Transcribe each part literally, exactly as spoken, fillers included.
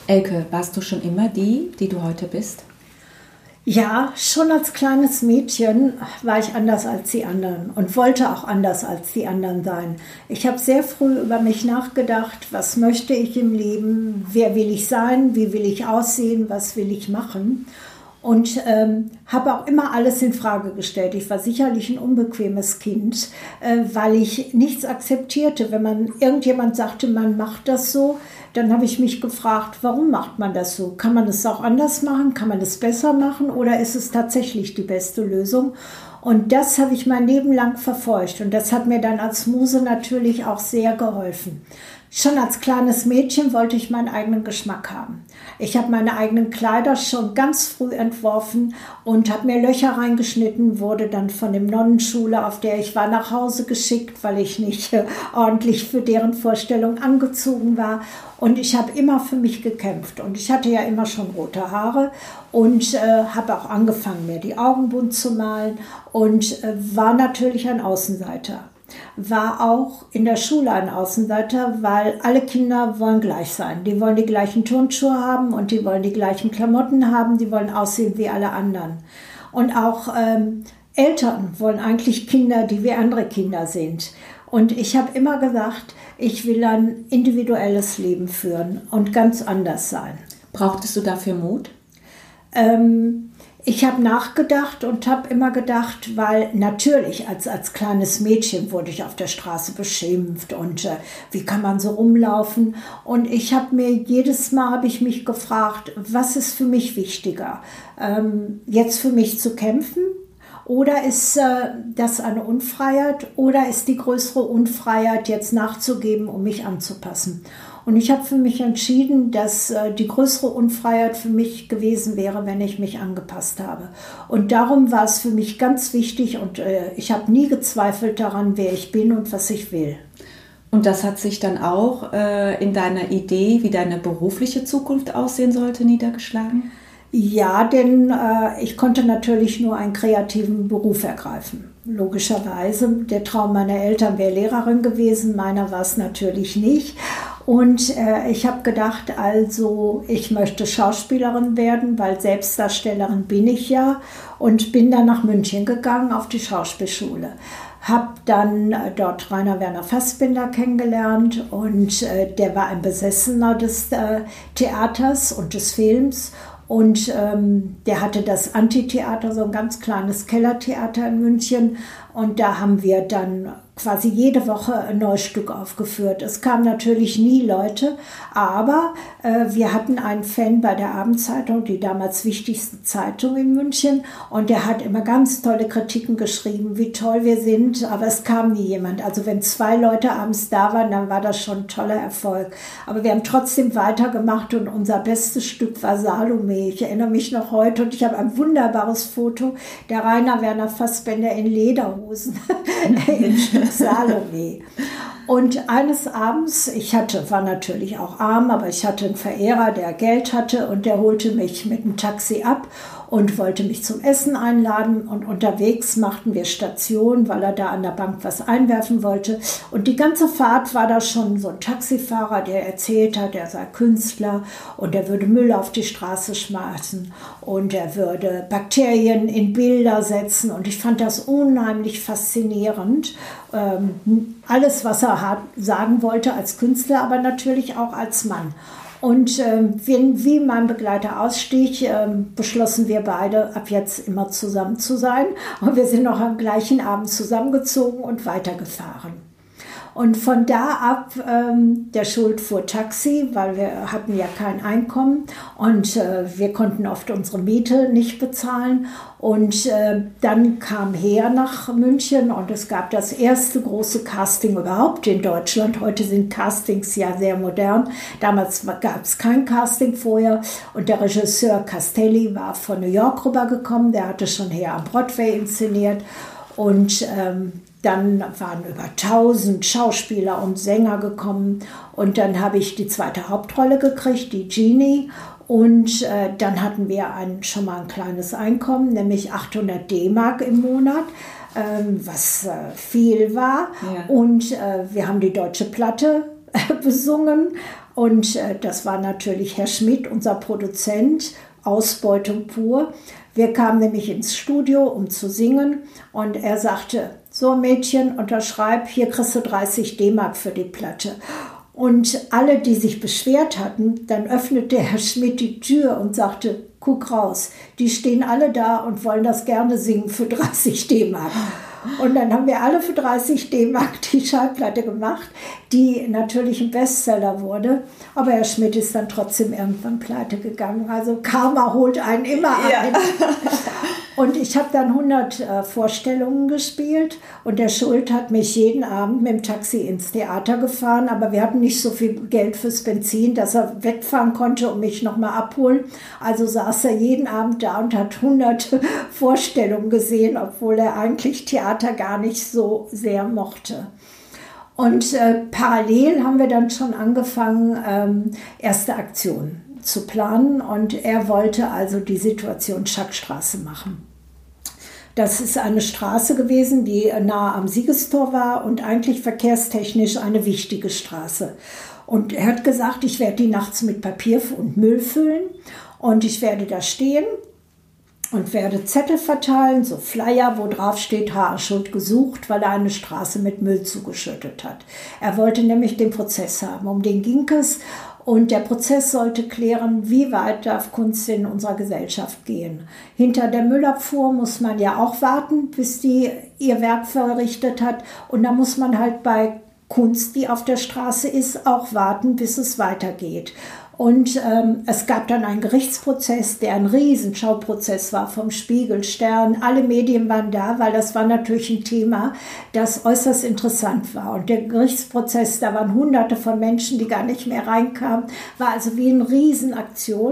Elke, warst du schon immer die, die du heute bist? Ja, schon als kleines Mädchen war ich anders als die anderen und wollte auch anders als die anderen sein. Ich habe sehr früh über mich nachgedacht, was möchte ich im Leben, wer will ich sein, wie will ich aussehen, was will ich machen. Und ähm, habe auch immer alles in Frage gestellt. Ich war sicherlich ein unbequemes Kind, äh, weil ich nichts akzeptierte. Wenn man irgendjemand sagte, man macht das so, dann habe ich mich gefragt, warum macht man das so? Kann man es auch anders machen? Kann man es besser machen? Oder ist es tatsächlich die beste Lösung? Und das habe ich mein Leben lang verfolgt. Und das hat mir dann als Muse natürlich auch sehr geholfen. Schon als kleines Mädchen wollte ich meinen eigenen Geschmack haben. Ich habe meine eigenen Kleider schon ganz früh entworfen und habe mir Löcher reingeschnitten, wurde dann von der Nonnenschule, auf der ich war, nach Hause geschickt, weil ich nicht äh, ordentlich für deren Vorstellung angezogen war. Und ich habe immer für mich gekämpft. Und ich hatte ja immer schon rote Haare und äh, habe auch angefangen, mir die Augen bunt zu malen und äh, war natürlich ein Außenseiter. War auch in der Schule ein Außenseiter, weil alle Kinder wollen gleich sein. Die wollen die gleichen Turnschuhe haben und die wollen die gleichen Klamotten haben, die wollen aussehen wie alle anderen. Und auch ähm, Eltern wollen eigentlich Kinder, die wie andere Kinder sind. Und ich habe immer gesagt, ich will ein individuelles Leben führen und ganz anders sein. Brauchtest du dafür Mut? Ähm, Ich habe nachgedacht und habe immer gedacht, weil natürlich als, als kleines Mädchen wurde ich auf der Straße beschimpft und äh, wie kann man so rumlaufen? Und ich habe mir jedes Mal habe ich mich gefragt, was ist für mich wichtiger? Ähm, jetzt für mich zu kämpfen? Oder ist äh, das eine Unfreiheit? Oder ist die größere Unfreiheit jetzt nachzugeben, um mich anzupassen? Und ich habe für mich entschieden, dass äh, die größere Unfreiheit für mich gewesen wäre, wenn ich mich angepasst habe. Und darum war es für mich ganz wichtig und äh, ich habe nie gezweifelt daran, wer ich bin und was ich will. Und das hat sich dann auch äh, in deiner Idee, wie deine berufliche Zukunft aussehen sollte, niedergeschlagen? Ja, denn äh, ich konnte natürlich nur einen kreativen Beruf ergreifen. Logischerweise, der Traum meiner Eltern wäre Lehrerin gewesen, meiner war es natürlich nicht. Und äh, ich habe gedacht, also ich möchte Schauspielerin werden, weil Selbstdarstellerin bin ich ja. Und bin dann nach München gegangen auf die Schauspielschule. Habe dann äh, dort Rainer Werner Fassbinder kennengelernt und äh, der war ein Besessener des äh, Theaters und des Films. Und ähm, der hatte das Antitheater, so ein ganz kleines Kellertheater in München. Und da haben wir dann quasi jede Woche ein neues Stück aufgeführt. Es kamen natürlich nie Leute, aber äh, wir hatten einen Fan bei der Abendzeitung, die damals wichtigste Zeitung in München. Und der hat immer ganz tolle Kritiken geschrieben, wie toll wir sind, aber es kam nie jemand. Also wenn zwei Leute abends da waren, dann war das schon ein toller Erfolg. Aber wir haben trotzdem weitergemacht und unser bestes Stück war Salome. Ich erinnere mich noch heute und ich habe ein wunderbares Foto der Rainer Werner Fassbinder in Lederhosen im Stück Salome. Und eines Abends, ich hatte, war natürlich auch arm, aber ich hatte einen Verehrer, der Geld hatte und der holte mich mit dem Taxi ab und wollte mich zum Essen einladen und unterwegs machten wir Station, weil er da an der Bank was einwerfen wollte und die ganze Fahrt war da schon so ein Taxifahrer, der erzählt hat, er sei Künstler und er würde Müll auf die Straße schmeißen und er würde Bakterien in Bilder setzen und ich fand das unheimlich faszinierend. Ähm, alles, was er hat, sagen wollte als Künstler, aber natürlich auch als Mann. Und ähm, wie, wie mein Begleiter ausstieg, ähm, beschlossen wir beide, ab jetzt immer zusammen zu sein. Und wir sind noch am gleichen Abend zusammengezogen und weitergefahren. Und von da ab, ähm, der Schuld fuhr Taxi, weil wir hatten ja kein Einkommen und äh, wir konnten oft unsere Miete nicht bezahlen. Und äh, dann kam Heer nach München und es gab das erste große Casting überhaupt in Deutschland. Heute sind Castings ja sehr modern. Damals gab es kein Casting vorher. Und der Regisseur Castelli war von New York rübergekommen. Der hatte schon Heer am Broadway inszeniert. Und ähm, dann waren über tausend Schauspieler und Sänger gekommen. Und dann habe ich die zweite Hauptrolle gekriegt, die Genie. Und äh, dann hatten wir ein, schon mal ein kleines Einkommen, nämlich achthundert D-Mark im Monat, ähm, was äh, viel war. Ja. Und äh, wir haben die deutsche Platte äh, besungen. Und äh, das war natürlich Herr Schmidt, unser Produzent, Ausbeutung pur. Wir kamen nämlich ins Studio, um zu singen, und er sagte, so Mädchen, unterschreib, hier kriegst du dreißig D-Mark für die Platte. Und alle, die sich beschwert hatten, dann öffnete Herr Schmidt die Tür und sagte, guck raus, die stehen alle da und wollen das gerne singen für dreißig D-Mark. Und dann haben wir alle für dreißig D-Mark die Schallplatte gemacht, die natürlich ein Bestseller wurde. Aber Herr Schmidt ist dann trotzdem irgendwann pleite gegangen. Also Karma holt einen immer ein. Ja. Und ich habe dann hundert äh, Vorstellungen gespielt und der Schuld hat mich jeden Abend mit dem Taxi ins Theater gefahren, aber wir hatten nicht so viel Geld fürs Benzin, dass er wegfahren konnte und mich nochmal abholen. Also saß er jeden Abend da und hat hundert Vorstellungen gesehen, obwohl er eigentlich Theater gar nicht so sehr mochte. Und äh, parallel haben wir dann schon angefangen, ähm, erste Aktionen zu planen, und er wollte also die Situation Schackstraße machen. Das ist eine Straße gewesen, die nahe am Siegestor war und eigentlich verkehrstechnisch eine wichtige Straße. Und er hat gesagt, ich werde die nachts mit Papier und Müll füllen und ich werde da stehen und werde Zettel verteilen, so Flyer, wo drauf steht, H A. Schuld gesucht, weil er eine Straße mit Müll zugeschüttet hat. Er wollte nämlich den Prozess haben, um den ging es. Und der Prozess sollte klären, wie weit darf Kunst in unserer Gesellschaft gehen. Hinter der Müllabfuhr muss man ja auch warten, bis die ihr Werk verrichtet hat. Und da muss man halt bei Kunst, die auf der Straße ist, auch warten, bis es weitergeht. Und ähm, es gab dann einen Gerichtsprozess, der ein Riesenschauprozess war, vom Spiegel, Stern. Alle Medien waren da, weil das war natürlich ein Thema, das äußerst interessant war. Und der Gerichtsprozess, da waren hunderte von Menschen, die gar nicht mehr reinkamen, war also wie eine Riesenaktion.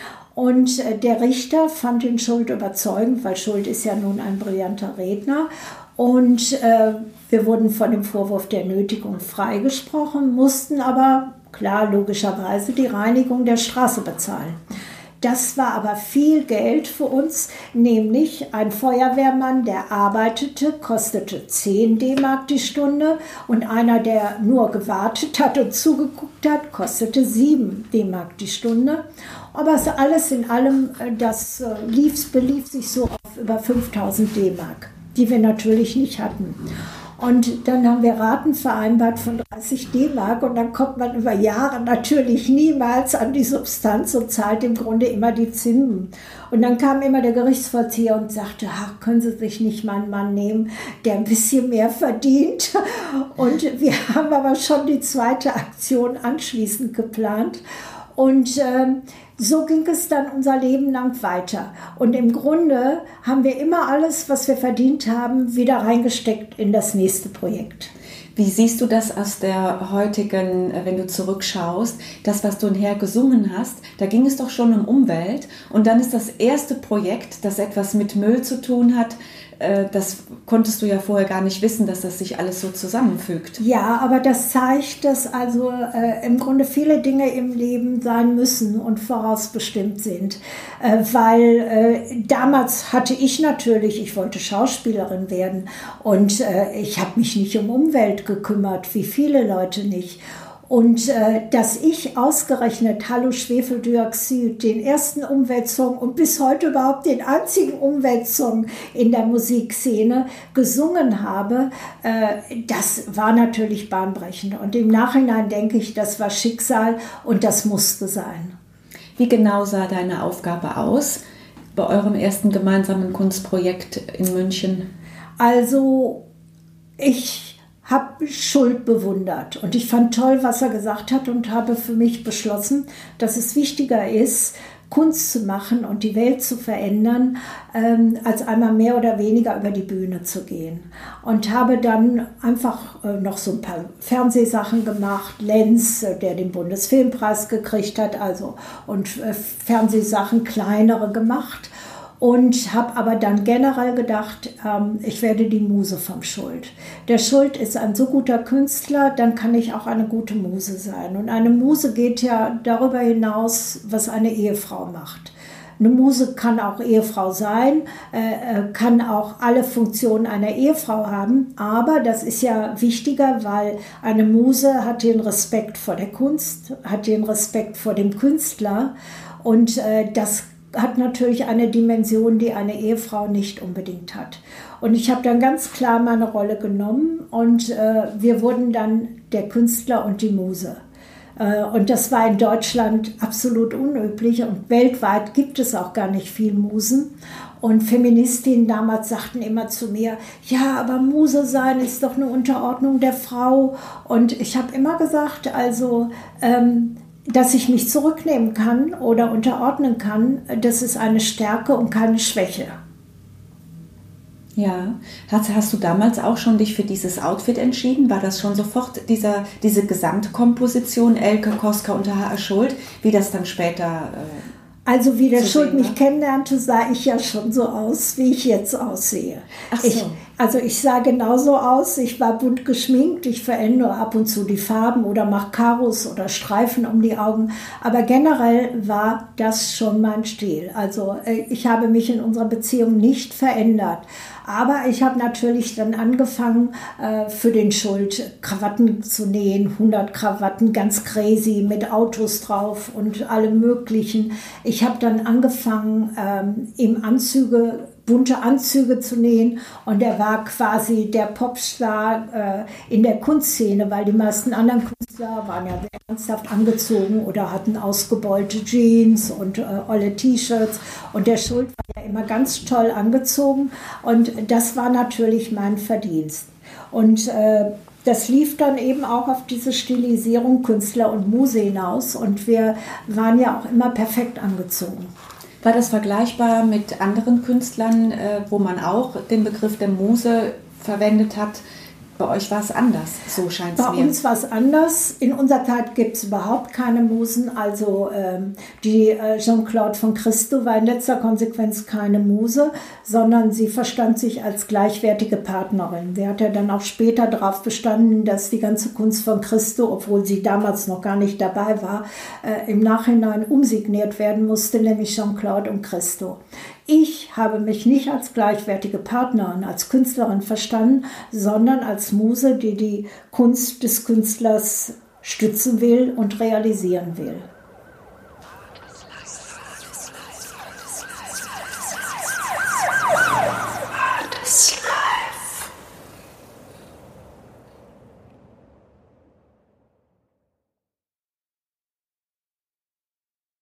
Und äh, der Richter fand den Schuld überzeugend, weil Schuld ist ja nun ein brillanter Redner. Und äh, wir wurden von dem Vorwurf der Nötigung freigesprochen, mussten aber, klar, logischerweise die Reinigung der Straße bezahlen. Das war aber viel Geld für uns, nämlich ein Feuerwehrmann, der arbeitete, kostete zehn D-Mark die Stunde, und einer, der nur gewartet hat und zugeguckt hat, kostete sieben D-Mark die Stunde. Aber es alles in allem, das lief, belief sich so auf über fünftausend D-Mark, die wir natürlich nicht hatten. Und dann haben wir Raten vereinbart von dreißig D-Mark, und dann kommt man über Jahre natürlich niemals an die Substanz und zahlt im Grunde immer die Zinsen. Und dann kam immer der Gerichtsvollzieher und sagte, ach, können Sie sich nicht mal einen Mann nehmen, der ein bisschen mehr verdient? Und wir haben aber schon die zweite Aktion anschließend geplant. Und äh, so ging es dann unser Leben lang weiter. Und im Grunde haben wir immer alles, was wir verdient haben, wieder reingesteckt in das nächste Projekt. Wie siehst du das aus der heutigen, wenn du zurückschaust, das, was du nachher gesungen hast, da ging es doch schon um Umwelt, und dann ist das erste Projekt, das etwas mit Müll zu tun hat, das konntest du ja vorher gar nicht wissen, dass das sich alles so zusammenfügt. Ja, aber das zeigt, dass also äh, im Grunde viele Dinge im Leben sein müssen und vorausbestimmt sind. Äh, weil äh, damals hatte ich natürlich, ich wollte Schauspielerin werden, und äh, ich habe mich nicht um Umwelt gekümmert, wie viele Leute nicht. Und äh, dass ich ausgerechnet Hallo Schwefeldioxid, den ersten Umweltsong und bis heute überhaupt den einzigen Umweltsong in der Musikszene gesungen habe, äh, das war natürlich bahnbrechend. Und im Nachhinein denke ich, das war Schicksal und das musste sein. Wie genau sah deine Aufgabe aus bei eurem ersten gemeinsamen Kunstprojekt in München? Also ich habe Schuld bewundert, und ich fand toll, was er gesagt hat, und habe für mich beschlossen, dass es wichtiger ist, Kunst zu machen und die Welt zu verändern, ähm, als einmal mehr oder weniger über die Bühne zu gehen. Und habe dann einfach äh, noch so ein paar Fernsehsachen gemacht, Lenz, äh, der den Bundesfilmpreis gekriegt hat, also, und äh, Fernsehsachen, kleinere gemacht. Und habe aber dann generell gedacht, ähm, ich werde die Muse vom Schuld. Der Schuld ist ein so guter Künstler, dann kann ich auch eine gute Muse sein. Und eine Muse geht ja darüber hinaus, was eine Ehefrau macht. eine Muse kann auch Ehefrau sein, äh, kann auch alle Funktionen einer Ehefrau haben, aber das ist ja wichtiger, weil eine Muse hat den Respekt vor der Kunst, hat den Respekt vor dem Künstler und äh, das hat natürlich eine Dimension, die eine Ehefrau nicht unbedingt hat. Und ich habe dann ganz klar meine Rolle genommen und äh, wir wurden dann der Künstler und die Muse. Äh, und das war in Deutschland absolut unüblich und weltweit gibt es auch gar nicht viel Musen. Und Feministinnen damals sagten immer zu mir, ja, aber Muse sein ist doch eine Unterordnung der Frau. Und ich habe immer gesagt, also ähm, dass ich mich zurücknehmen kann oder unterordnen kann, das ist eine Stärke und keine Schwäche. Ja, hast, hast du damals auch schon dich für dieses Outfit entschieden? War das schon sofort dieser, diese Gesamtkomposition Elke, Koska und H A. Schuld, wie das dann später... Äh Also wie der Schuld mich kennenlernte, sah ich ja schon so aus, wie ich jetzt aussehe. Ach so. Ich, also ich sah genauso aus, ich war bunt geschminkt, ich verändere ab und zu die Farben oder mache Karos oder Streifen um die Augen. Aber generell war das schon mein Stil. Also ich habe mich in unserer Beziehung nicht verändert. Aber ich habe natürlich dann angefangen, äh, für den Schuld Krawatten zu nähen, hundert Krawatten, ganz crazy, mit Autos drauf und allem Möglichen. Ich habe dann angefangen, ähm, ihm Anzüge, bunte Anzüge zu nähen und er war quasi der Popstar äh, in der Kunstszene, weil die meisten anderen Künstler waren ja sehr ernsthaft angezogen oder hatten ausgebeulte Jeans und äh, olle T-Shirts und der Schuld war ja immer ganz toll angezogen und das war natürlich mein Verdienst. Und äh, das lief dann eben auch auf diese Stilisierung Künstler und Muse hinaus und wir waren ja auch immer perfekt angezogen. War das vergleichbar mit anderen Künstlern, wo man auch den Begriff der Muse verwendet hat? Bei euch war es anders, so scheint es mir. Bei uns war es anders. In unserer Zeit gibt es überhaupt keine Musen. Also ähm, die äh, Jeanne-Claude von Christo war in letzter Konsequenz keine Muse, sondern sie verstand sich als gleichwertige Partnerin. Sie hat ja dann auch später darauf bestanden, dass die ganze Kunst von Christo, obwohl sie damals noch gar nicht dabei war, äh, im Nachhinein umsigniert werden musste, nämlich Jeanne-Claude und Christo. Ich habe mich nicht als gleichwertige Partnerin, als Künstlerin verstanden, sondern als Muse, die die Kunst des Künstlers stützen will und realisieren will.